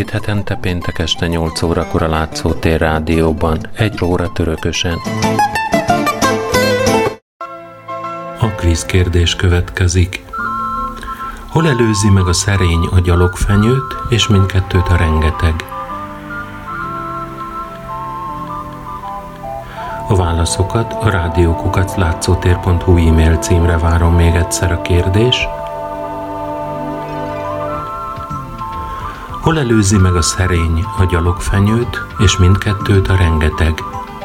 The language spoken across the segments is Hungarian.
Két hetente péntek este 8 órakor a Látszótér Rádióban, 1 óra törökösen. A kvízkérdés következik. Hol előzi meg a szerény a gyalogfenyőt, és mindkettőt a rengeteg? A válaszokat a rádiókukac@látszótér.hu e-mail címre várom még egyszer a kérdés. Hol előzi meg a szerény a gyalogfenyőt, és mindkettőt a rengeteg?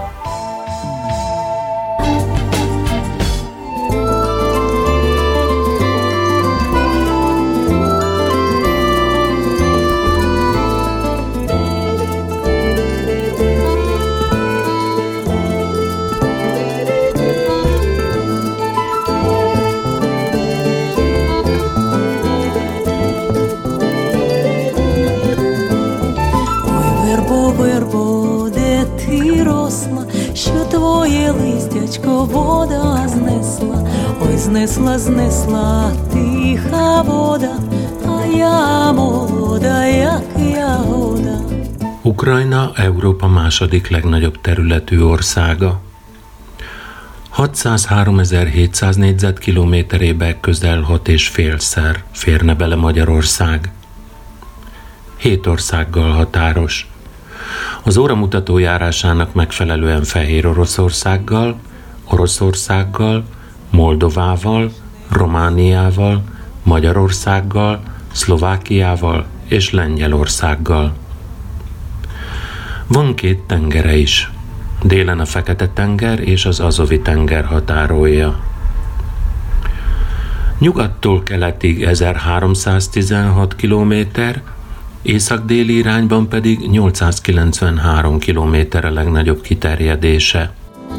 Знесла тиха вода, а я молода, як ягода. Ukrajna Európa második legnagyobb területű országa. 603.700 négyzetkilométerébe közel 6,5-szer férne bele Magyarország. 7 országgal határos. Az óramutató járásának megfelelően Fehér Oroszországgal, Moldovával, Romániával, Magyarországgal, Szlovákiával és Lengyelországgal. Van 2 tengere is. Délen a Fekete-tenger és az Azovi-tenger határolja. Nyugattól keletig 1316 km, észak-déli irányban pedig 893 km a legnagyobb kiterjedése.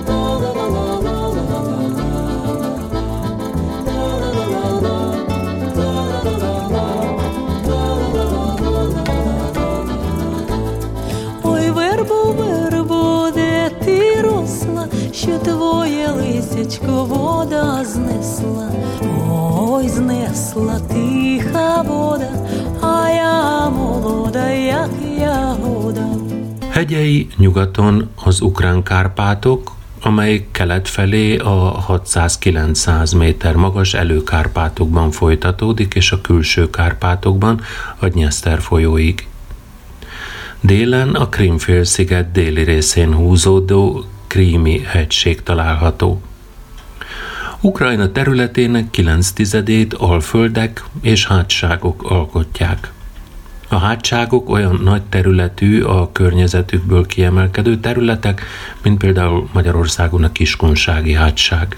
Вода знесла, ой, знесла тиха вода, а я молода, як ягода. Hegyei nyugaton az ukrán Kárpátok, amely kelet felé a 600-900 méter magas Elő-Kárpátokban folytatódik, és a külső Kárpátokban a Dnyeszter folyóig. Délen a Krím-félsziget déli részén húzódó Krími hegység található. Ukrajna területének 9/10 alföldek és hátságok alkotják. A hátságok olyan nagy területű, a környezetükből kiemelkedő területek, mint például Magyarországon a Kiskunsági hátság.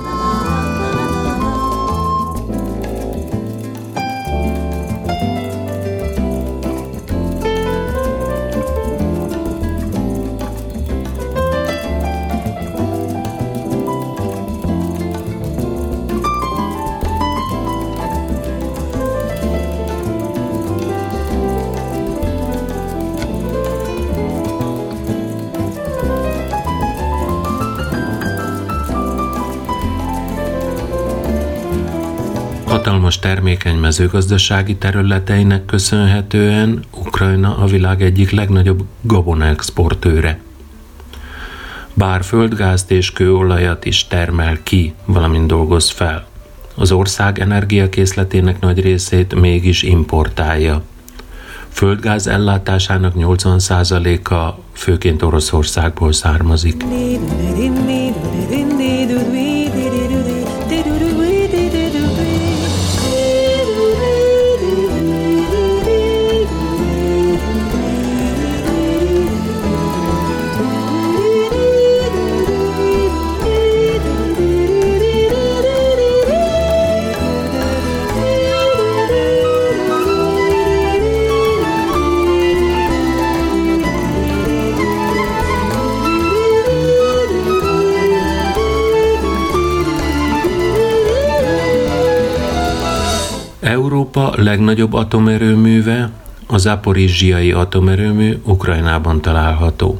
Hatalmas termékeny mezőgazdasági területeinek köszönhetően Ukrajna a világ egyik legnagyobb gabona exportőre. Bár földgázt és kőolajat is termel ki, valamint dolgoz fel, az ország energiakészletének nagy részét mégis importálja. Földgáz ellátásának 80%-a főként Oroszországból származik. Európa legnagyobb atomerőműve, a Zaporizsjai atomerőmű Ukrajnában található.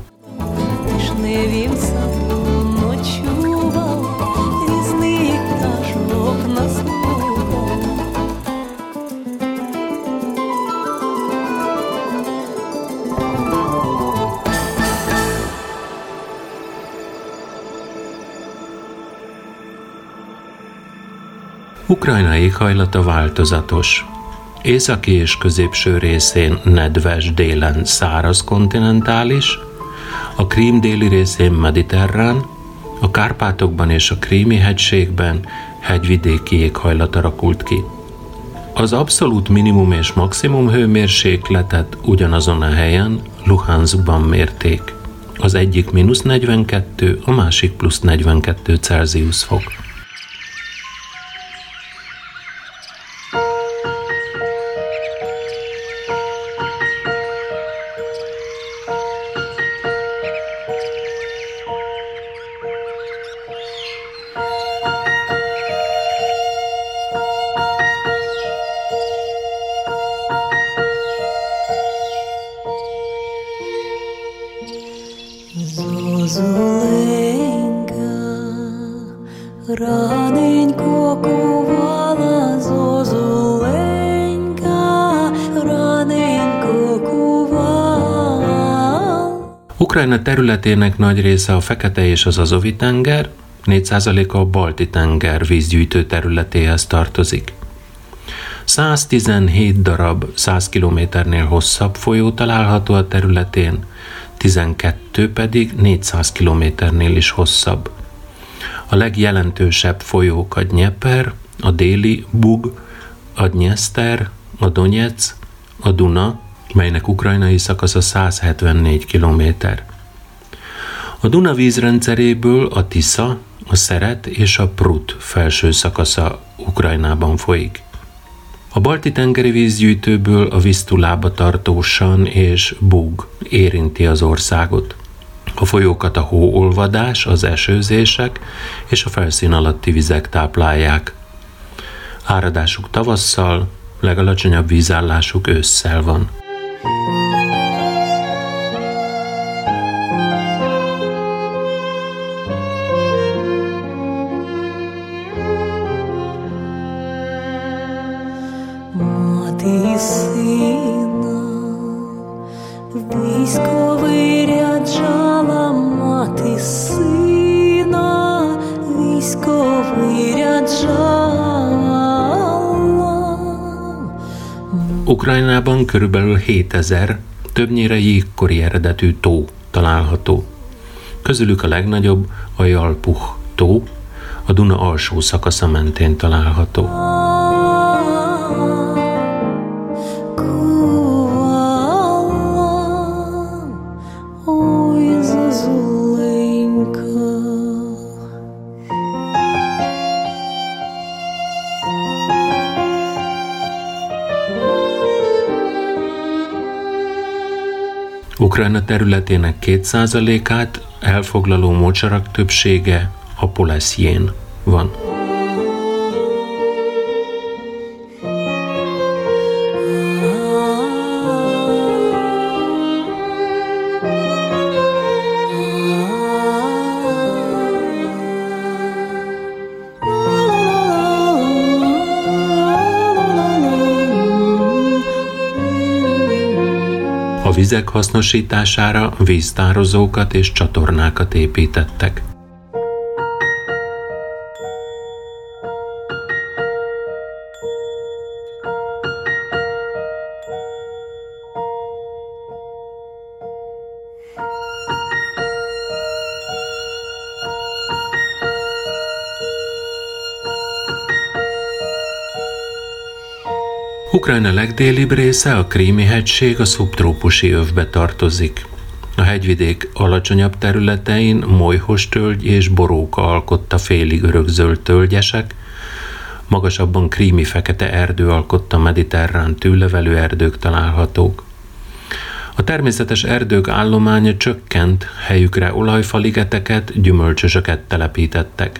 Ukrajna éghajlata változatos. Északi és középső részén nedves, délen száraz kontinentális, a Krím déli részén mediterrán, a Kárpátokban és a Krími-hegységben hegyvidéki éghajlat alakult ki. Az abszolút minimum és maximum hőmérsékletet ugyanazon a helyen, Luhanskban mérték. Az egyik -42, a másik +42 Celsius fok. Zozulenka, раненько кувала, Zozulenka, раненько кувала. Ukrajna területének nagy része a Fekete és az Azovi-tenger, 4%-a a Balti-tenger vízgyűjtő területéhez tartozik. 117 darab 100 kilométernél hosszabb folyó található a területén, 12 pedig 400 kilométernél is hosszabb. A legjelentősebb folyók a Dnyeper, a déli Bug, a Dnyeszter, a Donec, a Duna, melynek ukrajnai szakasza 174 kilométer. A Duna vízrendszeréből a Tisza, a Szeret és a Prut felső szakasza Ukrajnában folyik. A balti-tengeri vízgyűjtőből a Visztulába tartó San és Bug érinti az országot. A folyókat a hóolvadás, az esőzések és a felszín alatti vizek táplálják. Áradásuk tavasszal, legalacsonyabb vízállásuk ősszel van. Мати сина, військовий ряджала, мати сина, військовий ряджала. Ukrajnában körülbelül 7000, többnyire jégkori eredetű tó található. Közülük a legnagyobb a Jalpuch tó, a Duna alsó szakasza mentén található. Ukrajna területének 2%-át elfoglaló mocsarak többsége a Poleszjén van. A vizek hasznosítására víztározókat és csatornákat építettek. Ukrajna legdélibb része, a Krími-hegység a szubtrópusi övbe tartozik. A hegyvidék alacsonyabb területein molyhos tölgy és boróka alkotta félig örökzöld tölgyesek, magasabban krími fekete erdő alkotta mediterrán tűlevelő erdők találhatók. A természetes erdők állománya csökkent, helyükre olajfaligeteket, gyümölcsösöket telepítettek.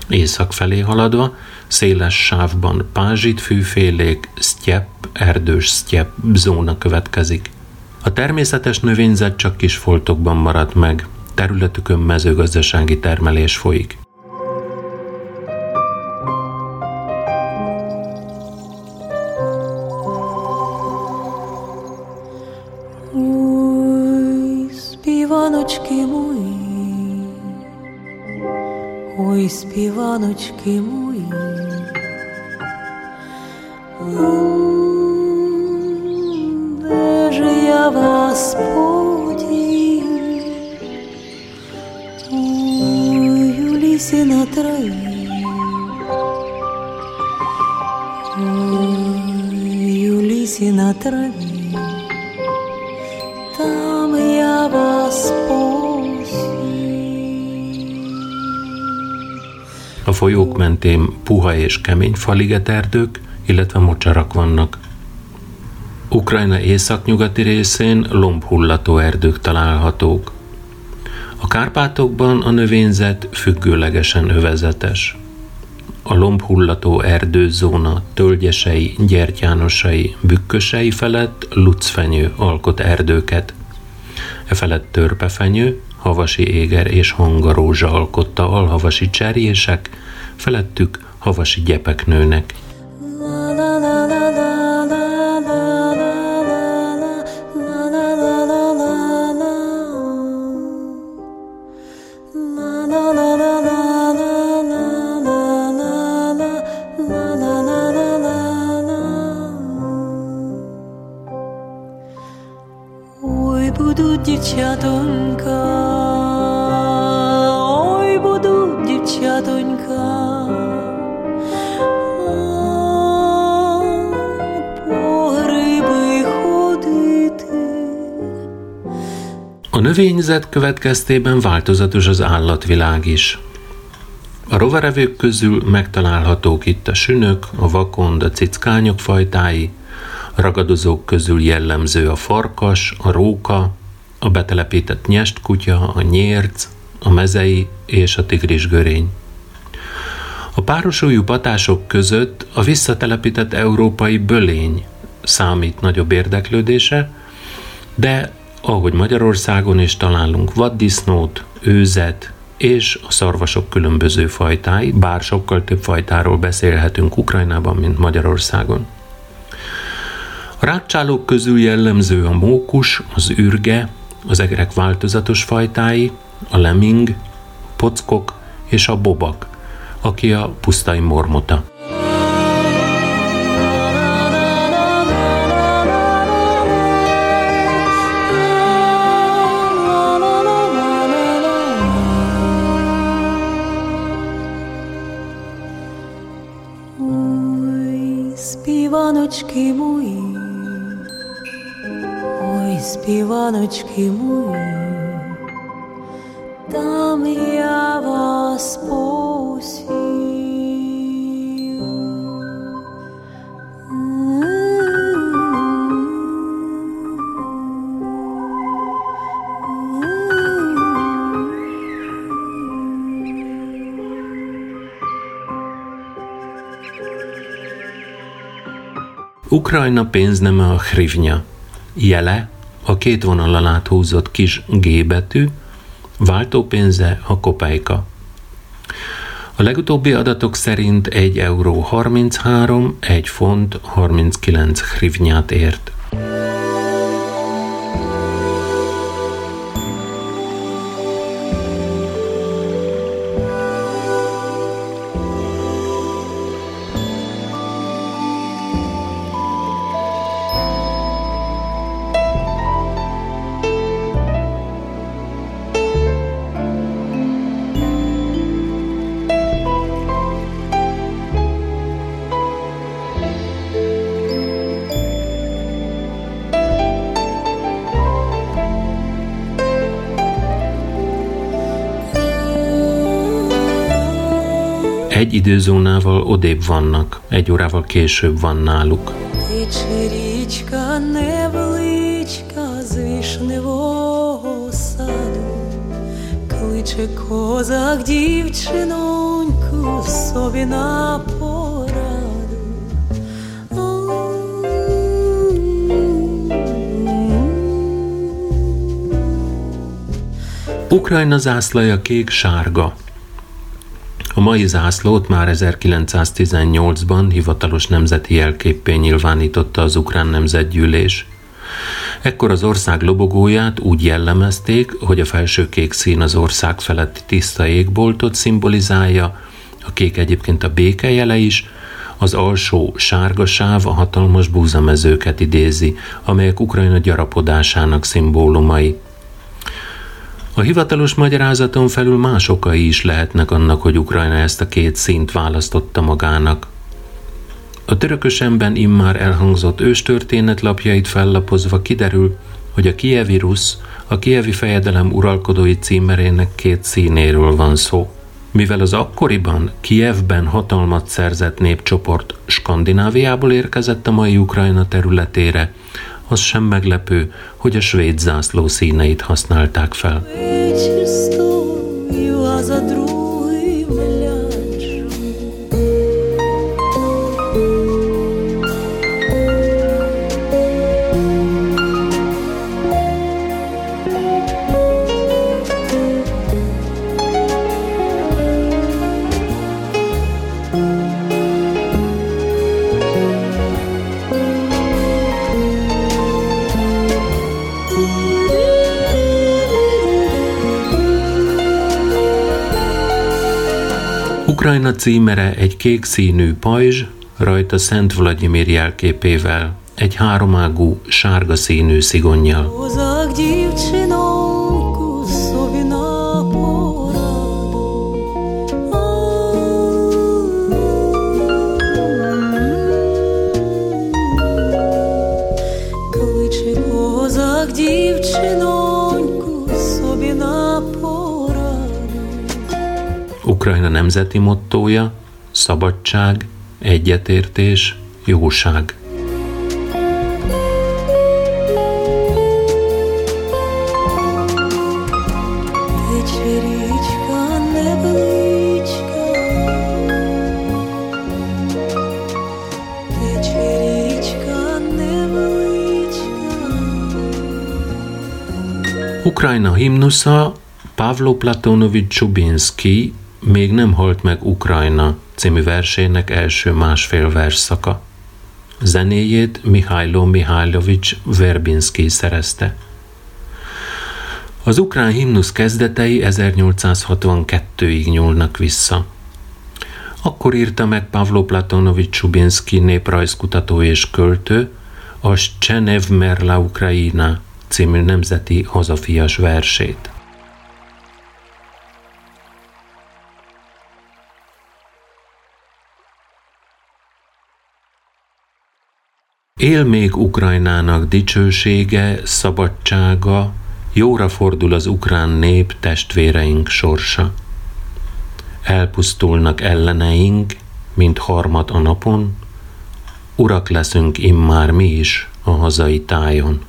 Észak felé haladva, széles sávban pázsitfűfélék, sztyepp, erdős sztyepp zóna következik. A természetes növényzet csak kis foltokban maradt meg, területükön mezőgazdasági termelés folyik. Ой, співаночки мої, де ж я вас подію? Ой, у лісі на траві, ой, у лісі на траві, там я вас A folyók mentén puha és kemény faligeterdők, illetve mocsarak vannak. Ukrajna északnyugati részén lombhullató erdők találhatók. A Kárpátokban a növényzet függőlegesen övezetes. A lombhullató erdőzóna tölgyesei, gyertyánosai, bükkösei felett lucfenyő alkot erdőket. E felett törpefenyő, havasi éger és hangarózsa alkotta alhavasi cserjések, felettük havasi gyepek nőnek. Ой, будуть дівчатонька, ой, будуть дівчатонька, по гриби ходити. A növényzet következtében változatos az állatvilág is. A rovarevők közül megtalálhatók itt a sünök, a vakond, a cickányok fajtái, a ragadozók közül jellemző a farkas, a róka, a betelepített nyestkutya, a nyérc, a mezei és a tigrisgörény. A párosúlyú patások között a visszatelepített európai bölény számít nagyobb érdeklődése, de ahogy Magyarországon is találunk vaddisznót, őzet és a szarvasok különböző fajtái, bár sokkal több fajtáról beszélhetünk Ukrajnában, mint Magyarországon. A rágcsálók közül jellemző a mókus, az ürge, az egerek változatos fajtái, a leming, pockok és a bobak, aki a pusztai mormota. Співаночки мої, ой, співаночки мої, там я вас посію. Ukrajna pénzneme a hrivnya, jele a két vonallal áthúzott kis G betű, váltópénze a kopejka. A legutóbbi adatok szerint 1 euró 33, 1 font 39 hrivnyát ért. Egy időzónával odébb vannak, 1 órával később van náluk. Тече річка невеличка з вишневого саду, кличе козак дівчиноньку собі на пораду. Ukrajna zászlaja kék-sárga. A mai zászlót már 1918-ban hivatalos nemzeti jelképpé nyilvánította az ukrán nemzetgyűlés. Ekkor az ország lobogóját úgy jellemezték, hogy a felső kék szín az ország feletti tiszta égboltot szimbolizálja, a kék egyébként a béke jele is, az alsó sárga sáv a hatalmas búzamezőket idézi, amelyek Ukrajna gyarapodásának szimbólumai. A hivatalos magyarázaton felül más okai is lehetnek annak, hogy Ukrajna ezt a két színt választotta magának. A Törökösenben immár elhangzott őstörténet lapjait fellapozva kiderül, hogy a kijevi rusz, a kijevi fejedelem uralkodói címerének két színéről van szó. Mivel az akkoriban Kijevben hatalmat szerzett népcsoport Skandináviából érkezett a mai Ukrajna területére, az sem meglepő, hogy a svéd zászló színeit használták fel. Ukrajna címere egy kék színű pajzs, rajta Szent Vlagyimir jelképével, egy háromágú, sárga színű szigonnyal. Ukrajna nemzeti mottója: szabadság, egyetértés, jóság. Ukrajna himnusza Pavlo Platonovics Chubinszky Még nem halt meg Ukrajna című versének első másfél versszaka. Zenéjét Mihailo Mihailovics Verbinszky szerezte. Az ukrán himnusz kezdetei 1862-ig nyúlnak vissza. Akkor írta meg Pavlo Platonovics Chubinszky néprajzkutató és költő a Szczenev Merla Ukrajina című nemzeti hazafias versét. Él még Ukrajnának dicsősége, szabadsága, jóra fordul az ukrán nép, testvéreink sorsa. Elpusztulnak elleneink, mint harmat a napon, urak leszünk immár mi is a hazai tájon.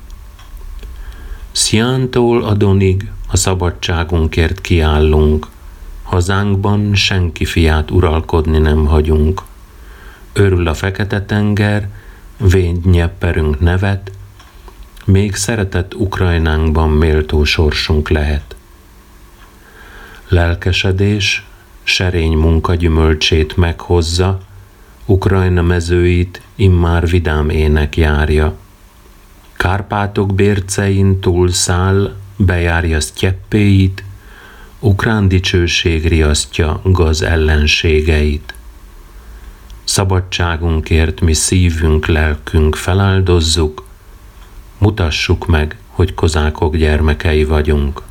Szjántól a Donig a szabadságunkért kiállunk, hazánkban senki fiát uralkodni nem hagyunk. Örül a Fekete-tenger, vény Dnyepperünk nevet, még szeretett Ukrajnánkban méltó sorsunk lehet. Lelkesedés, serény munka gyümölcsét meghozza, Ukrajna mezőit immár vidám ének járja. Kárpátok bércein túlszáll, bejárja sztyeppéit, ukrán dicsőség riasztja gaz ellenségeit. Szabadságunkért mi szívünk, lelkünk feláldozzuk, mutassuk meg, hogy kozákok gyermekei vagyunk.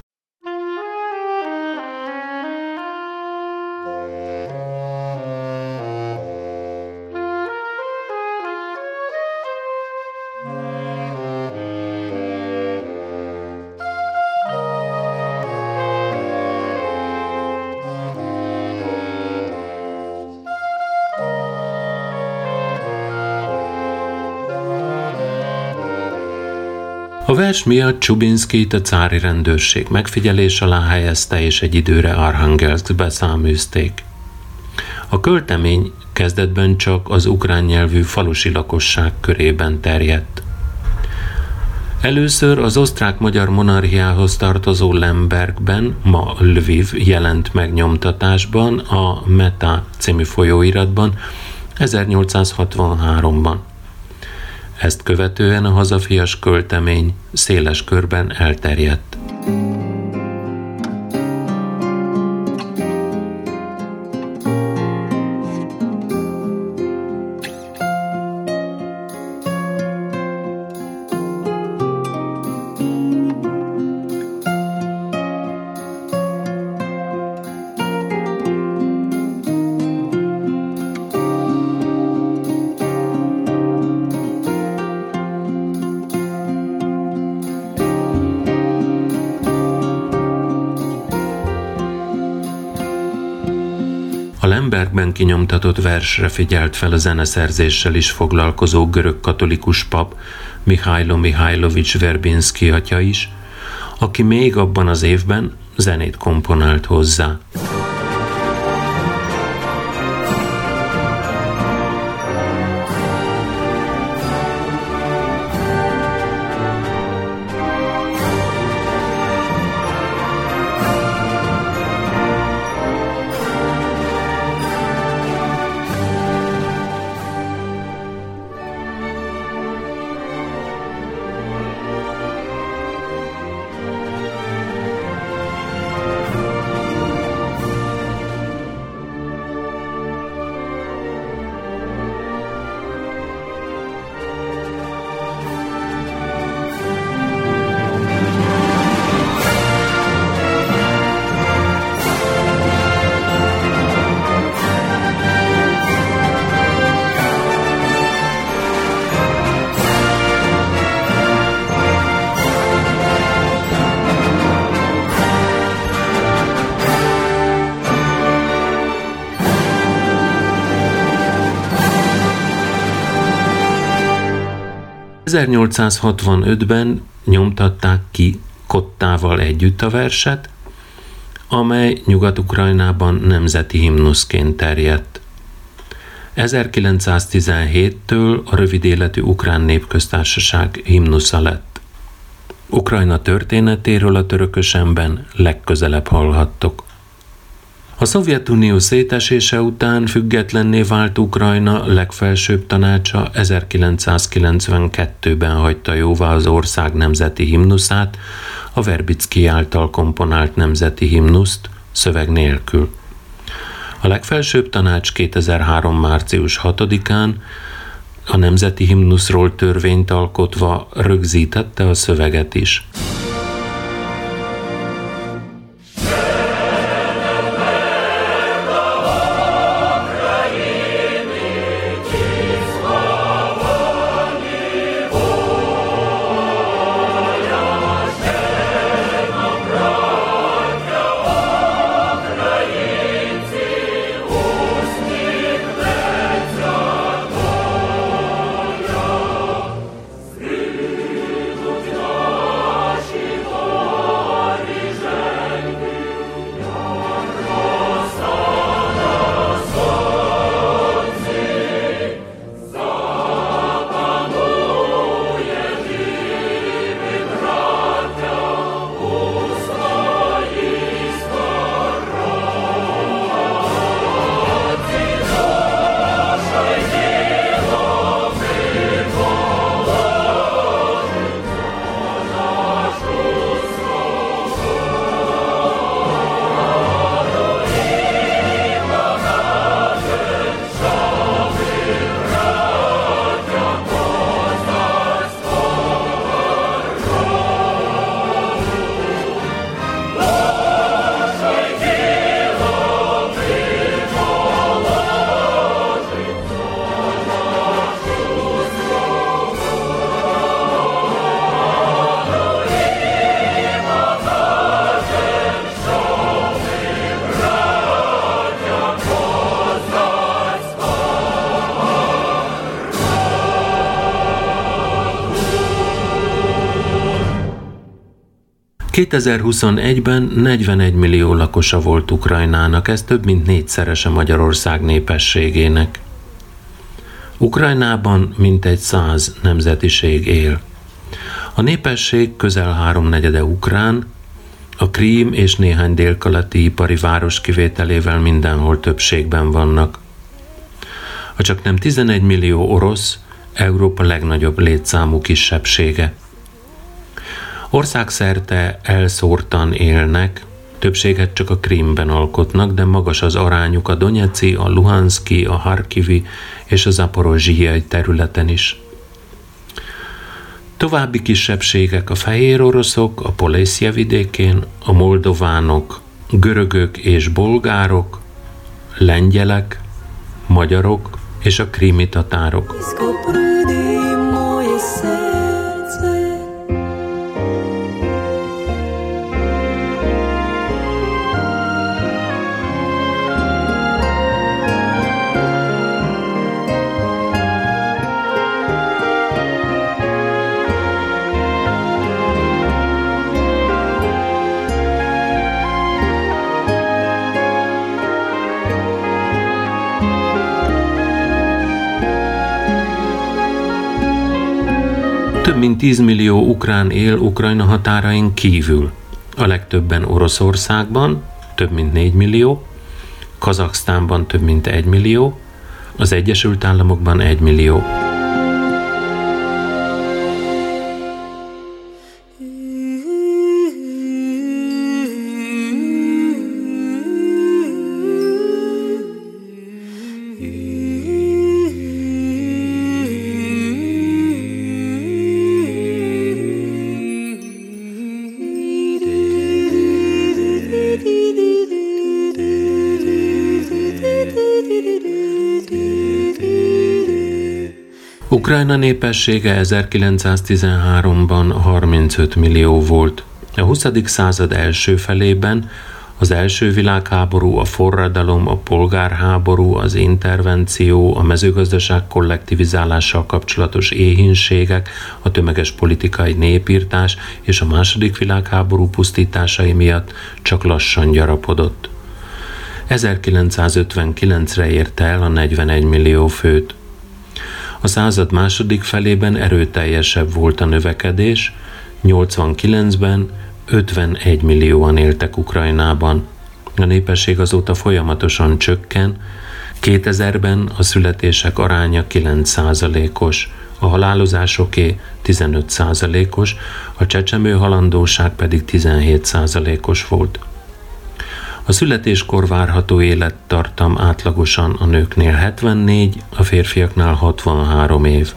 A vers miatt Chubinszkyt a cári rendőrség megfigyelés alá helyezte, és egy időre Arhangelszkbe száműzték. A költemény kezdetben csak az ukrán nyelvű falusi lakosság körében terjedt. Először az osztrák-magyar monarchiához tartozó Lembergben, ma Lviv jelent meg nyomtatásban, a Meta című folyóiratban 1863-ban. Ezt követően a hazafias költemény széles körben elterjedt. A Lembergben kinyomtatott versre figyelt fel a zeneszerzéssel is foglalkozó görög katolikus pap Mihailo Mihailovics Verbinszky atya is, aki még abban az évben zenét komponált hozzá. ...1865-ben nyomtatták ki Kottával együtt a verset, amely Nyugat-Ukrajnában nemzeti himnuszként terjedt. 1917-től a rövid életű Ukrán Népköztársaság himnusza lett. Ukrajna történetéről a Törökösenben legközelebb hallhattok. A Szovjetunió szétesése után függetlenné vált Ukrajna legfelsőbb tanácsa 1992-ben hagyta jóvá az ország nemzeti himnuszát, a Verbicki által komponált nemzeti himnuszt szöveg nélkül. A legfelsőbb tanács 2003. március 6-án a nemzeti himnuszról törvényt alkotva rögzítette a szöveget is. 2021-ben 41 millió lakosa volt Ukrajnának, ez több mint 4-szerese Magyarország népességének. Ukrajnában mintegy 100 nemzetiség él. A népesség közel 3/4 ukrán, a Krím és néhány délkeleti ipari város kivételével mindenhol többségben vannak. A csaknem 11 millió orosz, Európa legnagyobb létszámú kisebbsége. Országszerte elszórtan élnek, többséget csak a Krímben alkotnak, de magas az arányuk a donyeci, a luhanszki, a harkivi és a zaporozsijai területen is. További kisebbségek a fehér oroszok, a Polészia vidékén, a moldovánok, görögök és bolgárok, lengyelek, magyarok és a krími tatárok. Több mint 10 millió ukrán él Ukrajna határain kívül. A legtöbben Oroszországban, több mint 4 millió, Kazaksztánban több mint 1 millió, az Egyesült Államokban 1 millió. Ukrajna népessége 1913-ban 35 millió volt. A 20. század első felében az első világháború, a forradalom, a polgárháború, az intervenció, a mezőgazdaság kollektivizálással kapcsolatos éhínségek, a tömeges politikai népírtás és a második világháború pusztításai miatt csak lassan gyarapodott. 1959-re érte el a 41 millió főt. A század második felében erőteljesebb volt a növekedés, 89-ben 51 millióan éltek Ukrajnában. A népesség azóta folyamatosan csökken, 2000-ben a születések aránya 9%-os, a halálozásoké 15%-os, a csecsemő halandóság pedig 17%-os volt. A születéskor várható élettartam átlagosan a nőknél 74, a férfiaknál 63 év.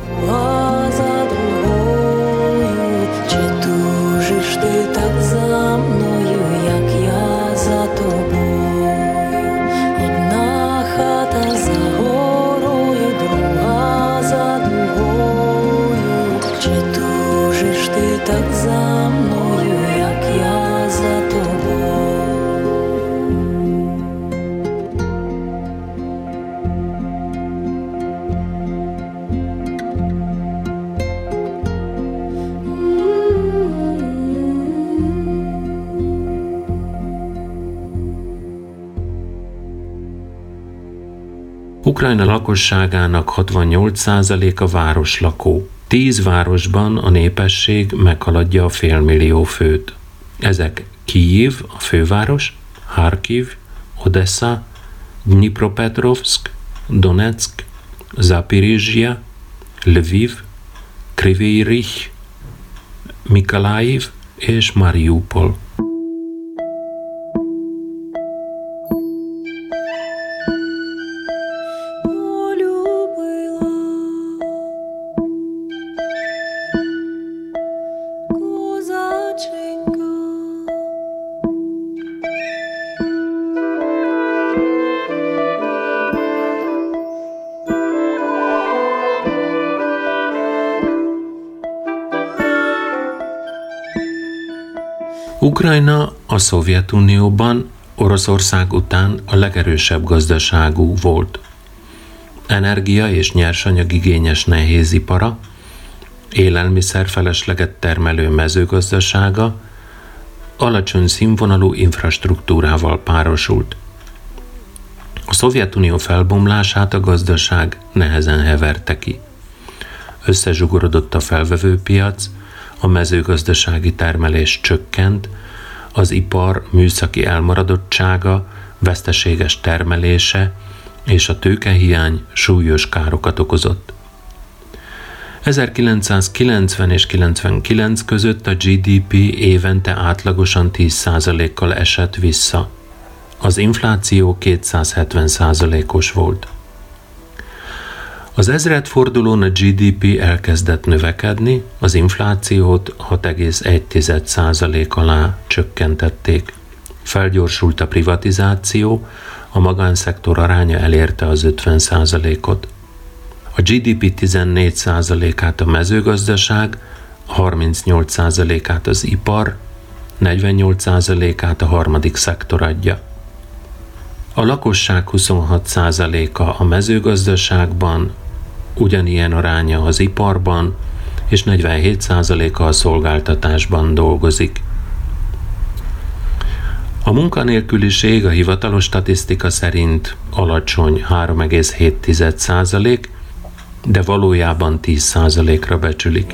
Ukrajna lakosságának 68%-a városlakó. 10 városban a népesség meghaladja a félmillió főt. Ezek Kijiv, a főváros, Harkiv, Odessa, Dnipropetrovsk, Donetsk, Zaporizhzhia, Lviv, Kryvyi Rih, Mikolajiv és Mariupol. Ukrajna a Szovjetunióban Oroszország után a legerősebb gazdaságú volt. Energia- és nyersanyagigényes nehézipara, élelmiszerfelesleget termelő mezőgazdasága, alacsony színvonalú infrastruktúrával párosult. A Szovjetunió felbomlását a gazdaság nehezen heverte ki. Összezsugorodott a felvevőpiac, a mezőgazdasági termelés csökkent, az ipar műszaki elmaradottsága, veszteséges termelése és a tőkehiány súlyos károkat okozott. 1990 és 99 között a GDP évente átlagosan 10%-kal esett vissza. Az infláció 270%-os volt. Az ezredfordulón a GDP elkezdett növekedni, az inflációt 6,1% alá csökkentették. Felgyorsult a privatizáció, a magánszektor aránya elérte az 50%-ot. A GDP 14%-át a mezőgazdaság, 38%-át az ipar, 48%-át a harmadik szektor adja. A lakosság 26%-a a mezőgazdaságban, ugyanilyen aránya az iparban, és 47%-a a szolgáltatásban dolgozik. A munkanélküliség a hivatalos statisztika szerint alacsony 3,7%, de valójában 10%-ra becsülik.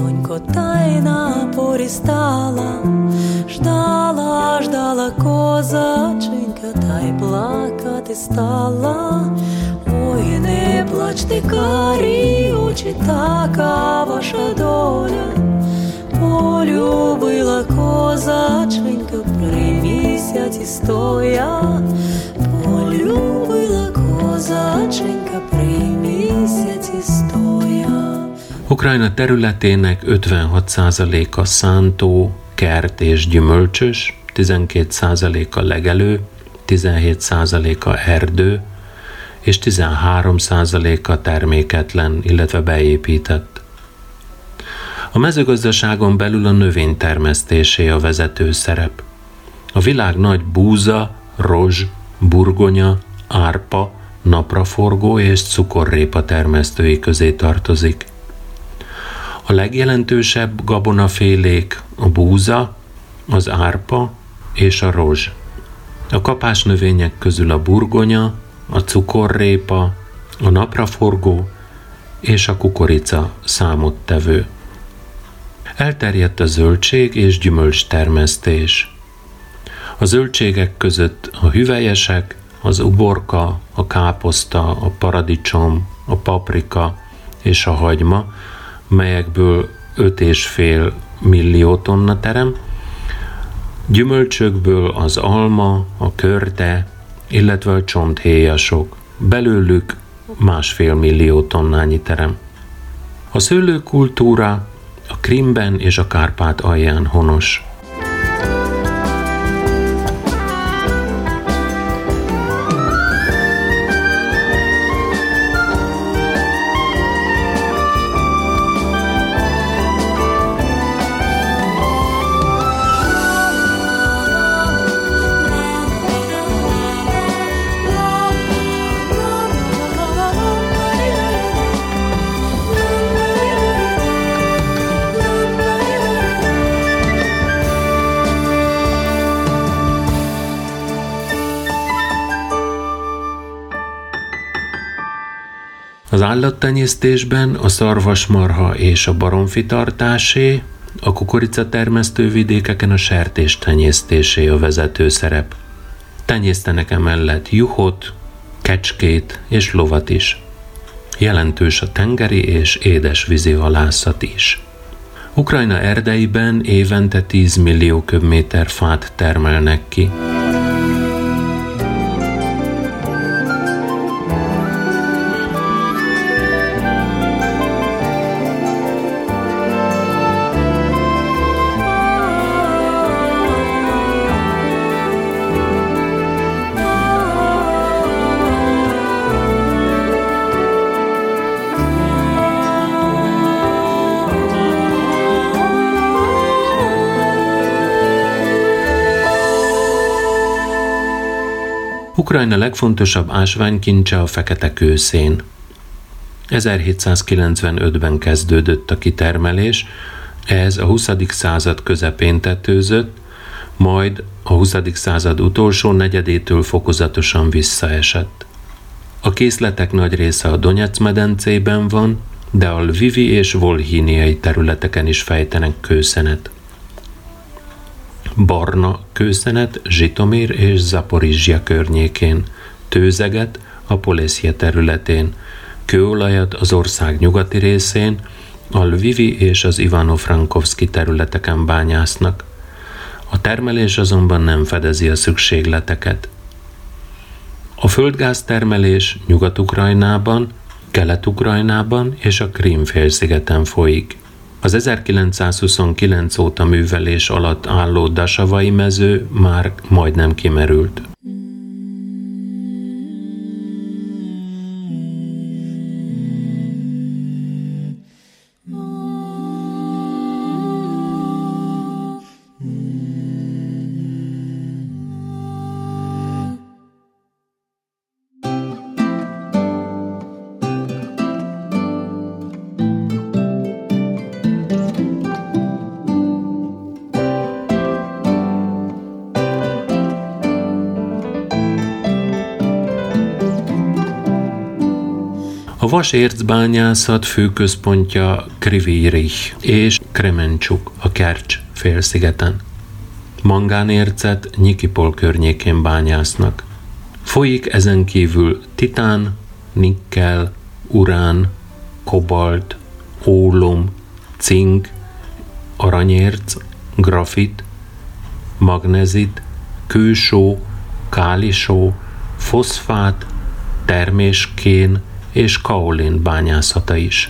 Ой, не плачте, карі очі, така ваша доля. Полюбила козаченька при місяці стоя. Полюбила козаченька при місяці стоя. Ukrajna területének 56%-a szántó, kert és gyümölcsös, 12%-a legelő, 17%-a erdő, és 13%-a terméketlen, illetve beépített. A mezőgazdaságon belül a növénytermesztésé a vezető szerep. A világ nagy búza, rozs, burgonya, árpa, napraforgó és cukorrépa termesztői közé tartozik. A legjelentősebb gabonafélék a búza, az árpa és a rozs. A kapásnövények közül a burgonya, a cukorrépa, a napraforgó és a kukorica számottevő. Elterjedt a zöldség és gyümölcs termesztés. A zöldségek között a hüvelyesek, az uborka, a káposzta, a paradicsom, a paprika és a hagyma, melyekből 5,5 millió tonna terem, gyümölcsökből az alma, a körte, illetve a csonthéjasok, belőlük 1,5 millió tonnányi terem. A szőlőkultúra a Krímben és a Kárpát-alján honos. Az állattenyésztésben a szarvasmarha és a baromfi tartásé, a kukoricatermesztő vidékeken a sertés tenyésztésé a vezető szerep. Tenyésztenek emellett juhot, kecskét és lovat is. Jelentős a tengeri és édesvízi halászat is. Ukrajna erdeiben évente 10 millió köbméter fát termelnek ki. Ukrajna legfontosabb ásványkincse a fekete kőszén. 1795-ben kezdődött a kitermelés, ez a 20. század közepén tetőzött, majd a 20. század utolsó negyedétől fokozatosan visszaesett. A készletek nagy része a Donec-medencében van, de a lvivi és volhíniai területeken is fejtenek kőszenet. Barna kőszenet Zsitomir és Zaporizsja környékén, tőzeget a Poleszje területén, kőolajat az ország nyugati részén, a lvivi és az Ivano-Frankovszki területeken bányásznak. A termelés azonban nem fedezi a szükségleteket. A földgáztermelés Nyugat-Ukrajnában, Kelet-Ukrajnában és a Krím-félszigeten folyik. Az 1929 óta művelés alatt álló Dasavai mező már majdnem kimerült. A vasércbányászat főközpontja Kryvyi Rih és Kremencsuk a Kercs félszigeten. Mangánércet Nyikipol környékén bányásznak. Folyik ezen kívül titán, nikkel, urán, kobalt, ólom, cink, aranyérc, grafit, magnezit, kősó, kálisó, foszfát, terméskén és kaolin bányászata is.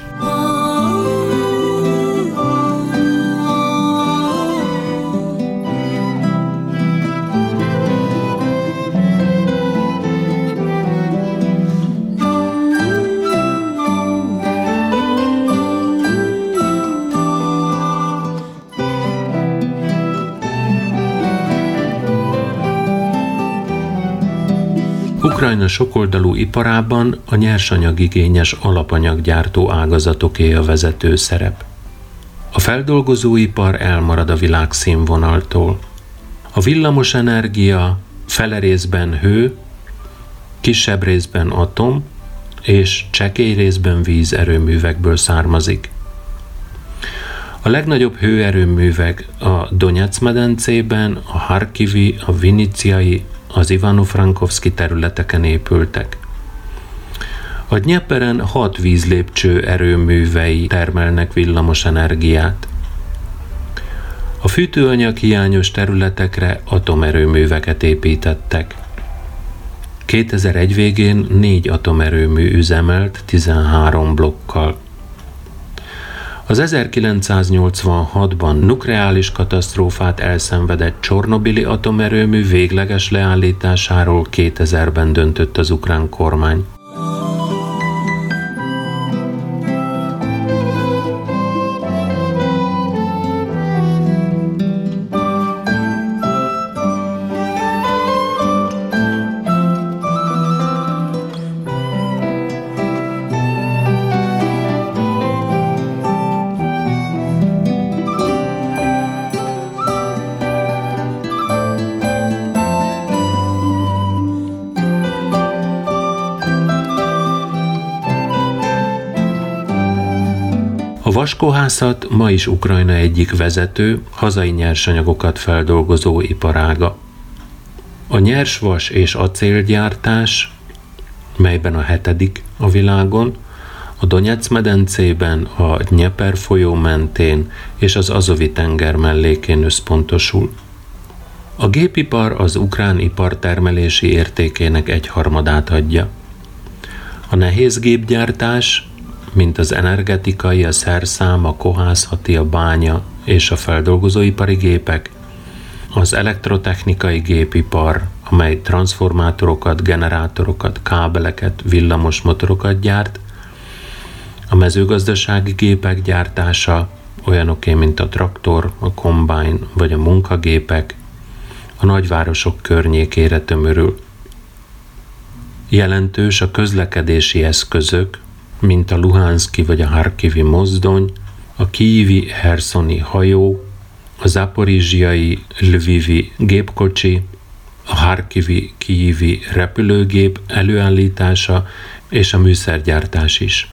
Ukrajna sokoldalú iparában a nyersanyagigényes alapanyaggyártó ágazatoké a vezető szerep. A feldolgozóipar elmarad a világszínvonaltól. A villamos energia fele részben hő, kisebb részben atom és csekély részben vízerőművekből származik. A legnagyobb hőerőművek a Donec-medencében, a Harkivi, a Viniciai, az Ivano-Frankovszki területeken épültek. A Dnyeperen 6 vízlépcső erőművei termelnek villamos energiát. A fűtőanyag hiányos területekre atomerőműveket építettek. 2001 végén 4 atomerőmű üzemelt 13 blokkal. Az 1986-ban nukleáris katasztrófát elszenvedett Csornobili atomerőmű végleges leállításáról 2000-ben döntött az ukrán kormány. A vaskohászat ma is Ukrajna egyik vezető, hazai nyersanyagokat feldolgozó iparága. A nyersvas és acélgyártás, melyben a 7. a világon, a Donec-medencében, a Dnyeper folyó mentén és az Azovi-tenger mellékén összpontosul. A gépipar az ukrán ipar termelési értékének 1/3 adja. A nehézgépgyártás, mint az energetikai, a szerszám, a kohászati, a bánya és a feldolgozóipari gépek, az elektrotechnikai gépipar, amely transformátorokat, generátorokat, kábeleket, villamosmotorokat gyárt, a mezőgazdasági gépek gyártása, olyanoké, mint a traktor, a kombájn vagy a munkagépek, a nagyvárosok környékére tömörül. Jelentős a közlekedési eszközök, mint a luhanszki vagy a harkivi mozdony, a kijevi-herszoni hajó, a zaporizsiai lvivi gépkocsi, a harkivi kijivi repülőgép előállítása és a műszergyártás is.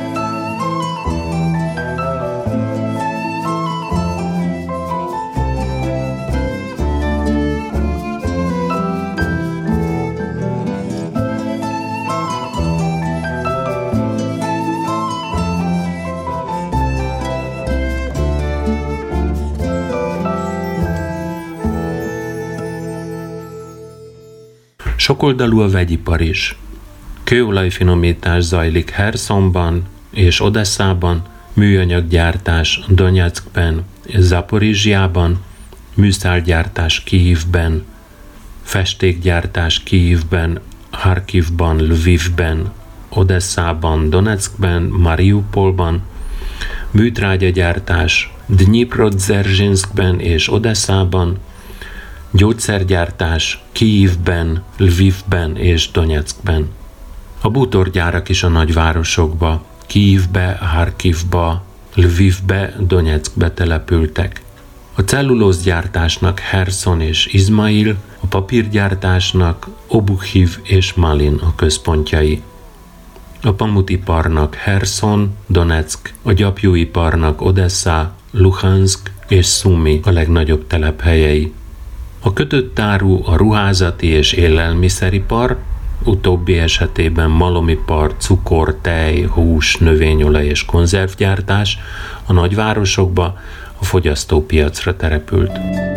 Sokoldalú a vegyipar is. Kőolajfinomítás zajlik Hersonban és Odesszában, műanyaggyártás Donyeckben és Zaporizsjában, műszálgyártás Kijivben, festékgyártás Kijivben, Harkivban, Lvivben, Odesszában, Donyeckben, Mariupolban, műtrágyagyártás Dnyiprodzserzsinszkben és Odesszában, gyógyszergyártás Kijivben, Lvivben és Donyeckben. A bútorgyárak is a nagyvárosokba, Kijivbe, Harkivba, Lvivbe, Donyeckbe települtek. A cellulózgyártásnak Herson és Izmail, a papírgyártásnak Obuchiv és Malin a központjai. A pamutiparnak Herson, Donyeck, a gyapjúiparnak Odessa, Luhansk és Szumi a legnagyobb telephelyei. A kötött áru, a ruházati és élelmiszeripar, utóbbi esetében malomipar, cukor, tej, hús, növényolaj és konzervgyártás a nagyvárosokba, a fogyasztópiacra terepült.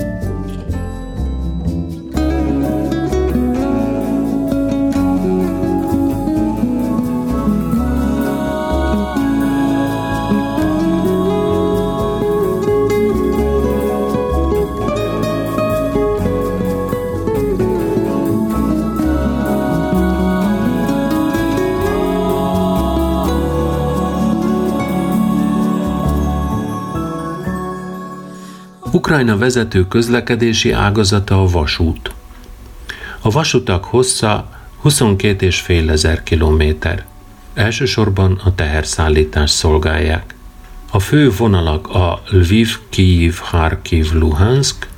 Ukrajna vezető közlekedési ágazata a vasút. A vasutak hossza 22,5 ezer kilométer. Elsősorban a teherszállítást szolgálják. A fő vonalak a Lviv, Kijiv, Harkiv, Luhansk,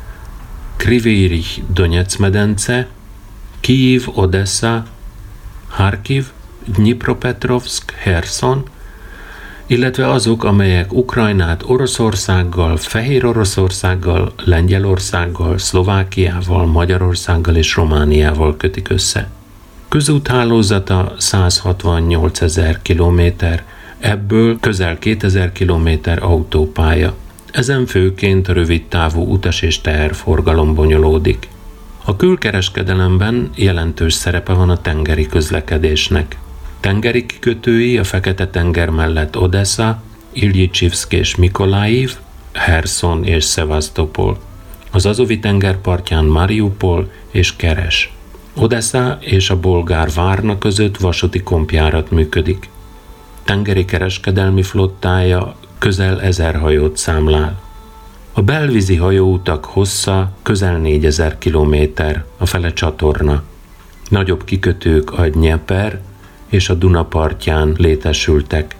Kryvyi Rih, Donyeck-medence, Kijiv, Odessa, Harkiv, Dnyipropetrovszk, Herson, illetve azok, amelyek Ukrajnát Oroszországgal, Fehér Oroszországgal, Lengyelországgal, Szlovákiával, Magyarországgal és Romániával kötik össze. Közúthálózata 168 ezer kilométer, ebből közel 2000 kilométer autópálya. Ezen főként rövidtávú utas- és teherforgalom bonyolódik. A külkereskedelemben jelentős szerepe van a tengeri közlekedésnek. Tengeri kikötői a Fekete-tenger mellett Odessa, Ilyicsivszk és Mikolajiv, Herson és Szevasztopol. Az Azovi-tenger partján Mariupol és Keres. Odessa és a bolgár Várna között vasúti kompjárat működik. Tengeri kereskedelmi flottája közel 1000 hajót számlál. A belvízi hajóutak hossza közel 4000 kilométer, a fele csatorna. Nagyobb kikötők a Dnyeper és a Duna partján létesültek.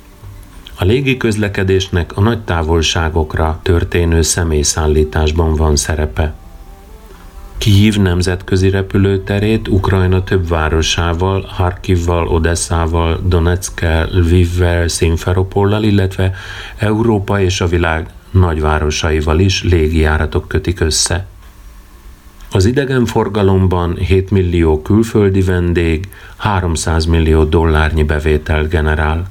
A légiközlekedésnek a nagy távolságokra történő személyszállításban van szerepe. Kijiv nemzetközi repülőterét Ukrajna több városával, Harkivval, Odesszával, Donyeckkel, Lvivvel, Szimferopollal, illetve Európa és a világ nagyvárosaival is légijáratok kötik össze. Az idegenforgalomban 7 millió külföldi vendég 300 millió dollárnyi bevételt generál.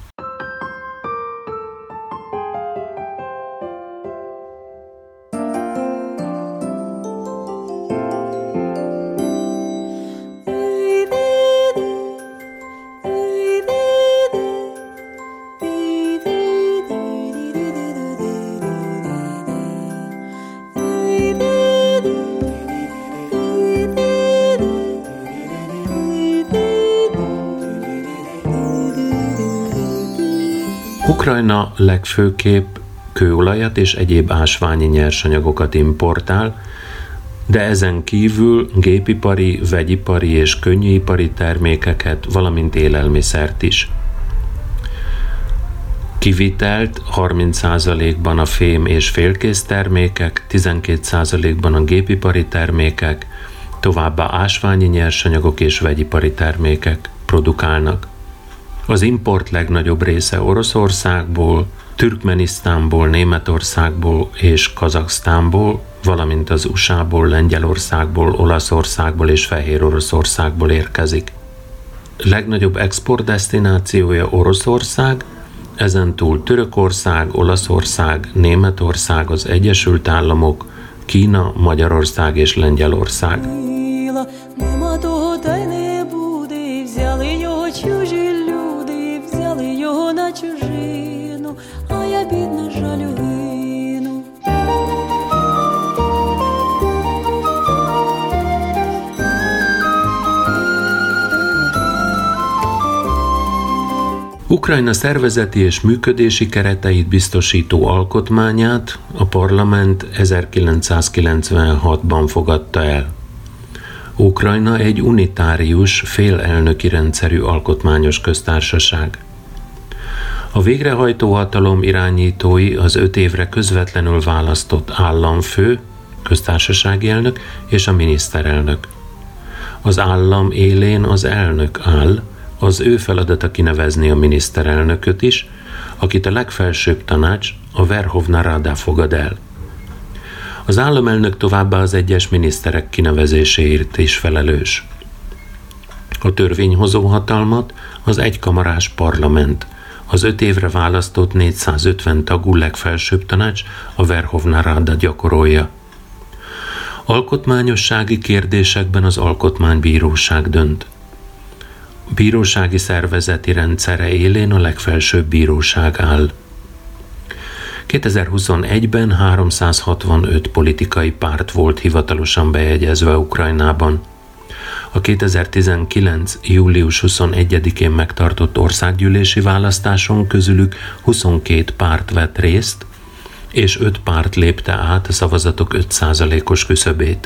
Ukrajna legfőképp kőolajat és egyéb ásványi nyersanyagokat importál, de ezen kívül gépipari, vegyipari és könnyűipari termékeket, valamint élelmiszert is. Kivitelt 30%-ban a fém és félkész termékek, 12%-ban a gépipari termékek, továbbá ásványi nyersanyagok és vegyipari termékek produkálnak. Az import legnagyobb része Oroszországból, Türkmenisztánból, Németországból és Kazaksztánból, valamint az USA-ból, Lengyelországból, Olaszországból és Fehér Oroszországból érkezik. Legnagyobb exportdesztinációja Oroszország, ezentúl Törökország, Olaszország, Németország, az Egyesült Államok, Kína, Magyarország és Lengyelország. Ukrajna szervezeti és működési kereteit biztosító alkotmányát a parlament 1996-ban fogadta el. Ukrajna egy unitárius, félelnöki rendszerű alkotmányos köztársaság. A végrehajtó hatalom irányítói az 5 évre közvetlenül választott államfő, köztársasági elnök és a miniszterelnök. Az állam élén az elnök áll, az ő feladata kinevezni a miniszterelnököt is, akit a legfelsőbb tanács, a Verhovna Rada fogad el. Az államelnök továbbá az egyes miniszterek kinevezéséért is felelős. A törvényhozó hatalmat az egykamarás parlament, az 5 évre választott 450 tagú legfelsőbb tanács, a Verhovna Rada gyakorolja. Alkotmányossági kérdésekben az alkotmánybíróság dönt. Bírósági szervezeti rendszere élén a legfelsőbb bíróság áll. 2021-ben 365 politikai párt volt hivatalosan bejegyezve Ukrajnában. A 2019. július 21-én megtartott országgyűlési választáson közülük 22 párt vett részt, és 5 párt lépte át a szavazatok 5%-os küszöbét.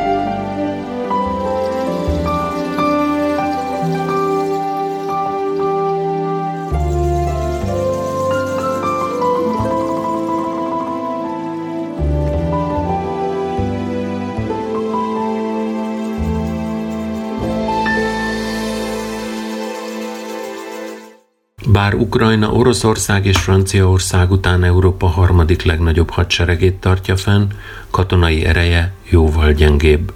Bár Ukrajna Oroszország és Franciaország után Európa harmadik legnagyobb hadseregét tartja fenn, katonai ereje jóval gyengébb.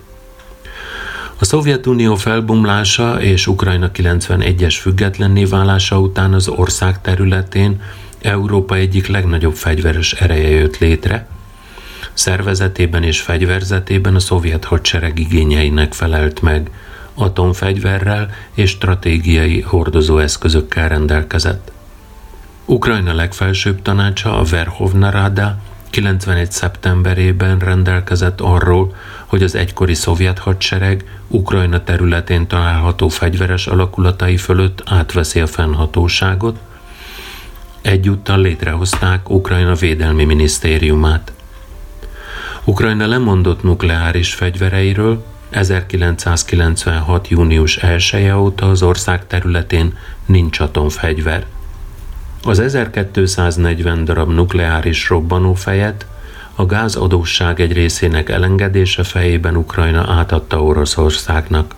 A Szovjetunió felbomlása és Ukrajna 91-es függetlenné válása után az ország területén Európa egyik legnagyobb fegyveres ereje jött létre, szervezetében és fegyverzetében a szovjet hadsereg igényeinek felelt meg, atomfegyverrel és stratégiai hordozóeszközökkel rendelkezett. Ukrajna legfelsőbb tanácsa, a Verhovna Rada 91. szeptemberében rendelkezett arról, hogy az egykori szovjet hadsereg Ukrajna területén található fegyveres alakulatai fölött átveszi a fennhatóságot, egyúttal létrehozták Ukrajna Védelmi Minisztériumát. Ukrajna lemondott nukleáris fegyvereiről, 1996. június 1-e óta az ország területén nincs atomfegyver. Az 1240 darab nukleáris robbanófejet a gázadósság egy részének elengedése fejében Ukrajna átadta Oroszországnak.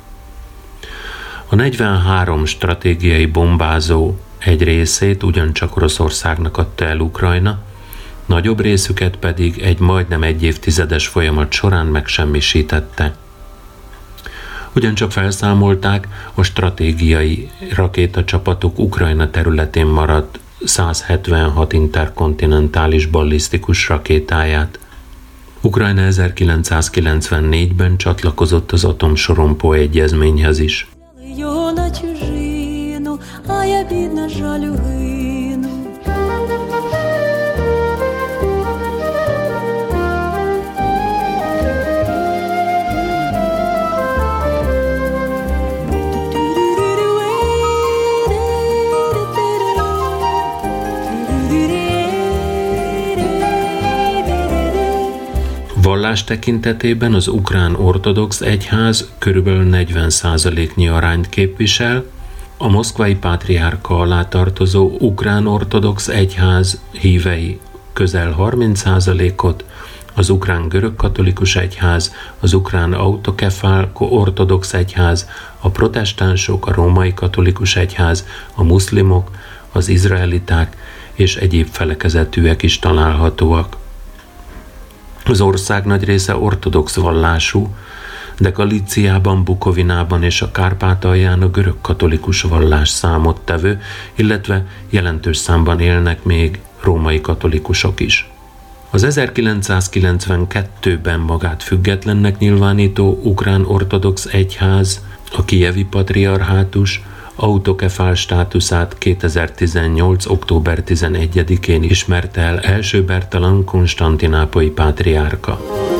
A 43 stratégiai bombázó egy részét ugyancsak Oroszországnak adta el Ukrajna, nagyobb részüket pedig egy majdnem egy évtizedes folyamat során megsemmisítette. Ugyancsak felszámolták a stratégiai rakétacsapatok Ukrajna területén maradt 176 interkontinentális ballisztikus rakétáját. Ukrajna 1994-ben csatlakozott az atomsorompó egyezményhez is. Vallás tekintetében az ukrán ortodox egyház körülbelül 40%-nyi arányt képvisel, A moszkvai pátriárka alá tartozó ukrán ortodox egyház hívei közel 30%-ot, az ukrán görögkatolikus egyház, az ukrán autokefál ortodox egyház, a protestánsok, a római katolikus egyház, a muszlimok, az izraeliták és egyéb felekezetűek is találhatóak. Az ország nagy része ortodox vallású, de Galíciában, Bukovinában és a Kárpátalján a görögkatolikus vallás számot tevő, illetve jelentős számban élnek még római katolikusok is. Az 1992-ben magát függetlennek nyilvánító ukrán ortodox egyház, a kijevi patriarhátus autokefál státuszát 2018. október 11-én ismerte el első Bertalan konstantinápolyi pátriárka.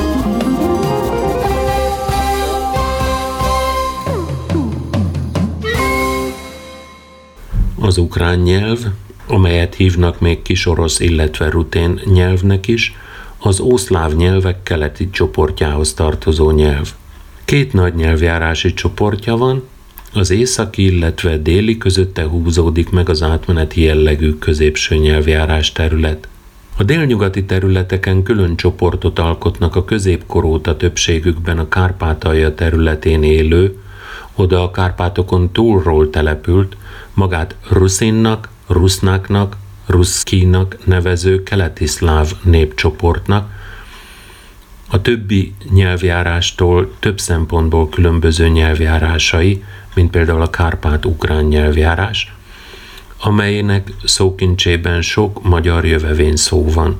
Az ukrán nyelv, amelyet hívnak még kisorosz, illetve rutén nyelvnek is, az ószláv nyelvek keleti csoportjához tartozó nyelv. Két nagy nyelvjárási csoportja van, az északi, illetve déli közötte húzódik meg az átmeneti jellegű középső nyelvjárás terület. A délnyugati területeken külön csoportot alkotnak a középkor óta többségükben a Kárpátalja területén élő, oda a Kárpátokon túlról települt, magát ruszinnak, rusznáknak, ruszkinak nevező keleti szláv népcsoportnak, a többi nyelvjárástól több szempontból különböző nyelvjárásai, mint például a kárpát-ukrán nyelvjárás, amelynek szókincsében sok magyar jövevény szó van.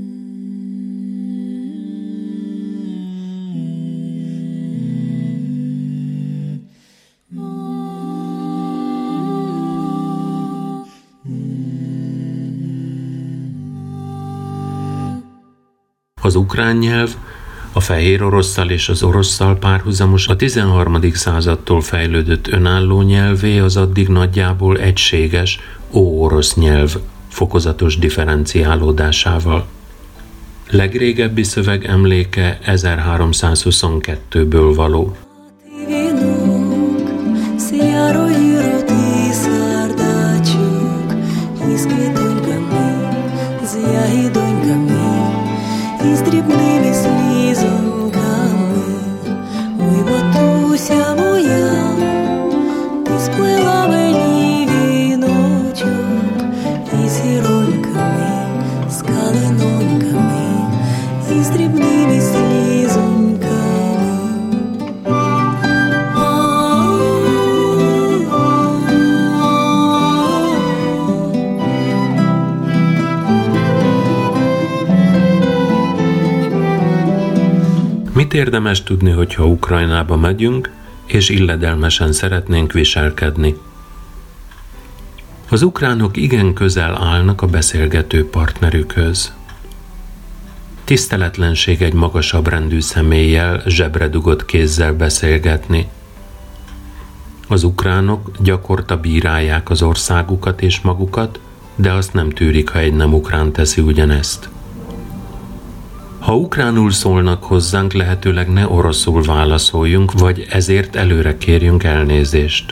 Az ukrán nyelv a fehér orosszal és az orosszal párhuzamos a 13. századtól fejlődött önálló nyelvé, az addig nagyjából egységes óorosz nyelv fokozatos differenciálódásával. Legrégebbi szöveg emléke 1322-ből való. З дрібними слізоньками, ой, матуся моя, ти сплела мені віночок із зіроньками, з калиноньками, і з дрібними слізоньками. Mit érdemes tudni, hogyha Ukrajnába megyünk, és illedelmesen szeretnénk viselkedni? Az ukránok igen közel állnak a beszélgető partnerükhöz. Tiszteletlenség egy magasabb rendű személlyel, zsebre dugott kézzel beszélgetni. Az ukránok gyakorta bírálják az országukat és magukat, de azt nem tűrik, ha egy nem ukrán teszi ugyanezt. Ha ukránul szólnak hozzánk, lehetőleg ne oroszul válaszoljunk, vagy ezért előre kérjünk elnézést.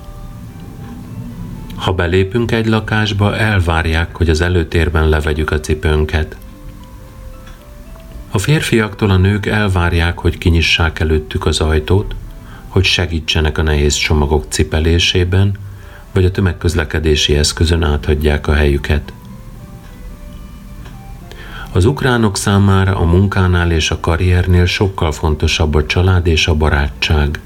Ha belépünk egy lakásba, elvárják, hogy az előtérben levegyük a cipőnket. A férfiaktól a nők elvárják, hogy kinyissák előttük az ajtót, hogy segítsenek a nehéz csomagok cipelésében, vagy a tömegközlekedési eszközön áthagyják a helyüket. Az ukránok számára a munkánál és a karriernél sokkal fontosabb a család és a barátság.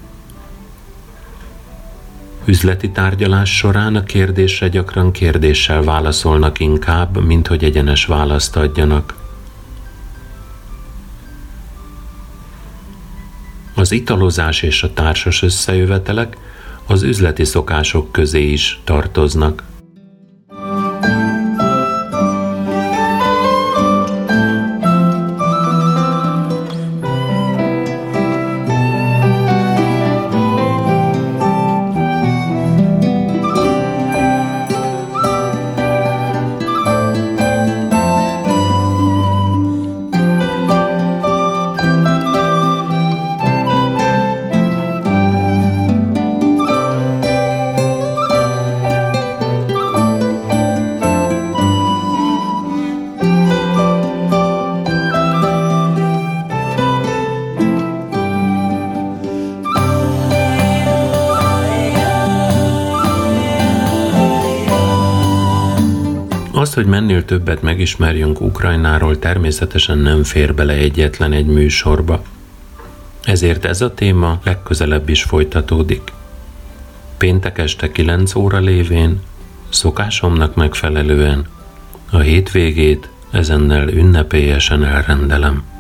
Üzleti tárgyalás során a kérdésre gyakran kérdéssel válaszolnak inkább, mint hogy egyenes választ adjanak. Az italozás és a társas összejövetelek az üzleti szokások közé is tartoznak. Az, hogy mennél többet megismerjünk Ukrajnáról, természetesen nem fér bele egyetlen egy műsorba. Ezért ez a téma legközelebb is folytatódik. Péntek este 9 óra lévén, szokásomnak megfelelően, a hétvégét ezennel ünnepélyesen elrendelem.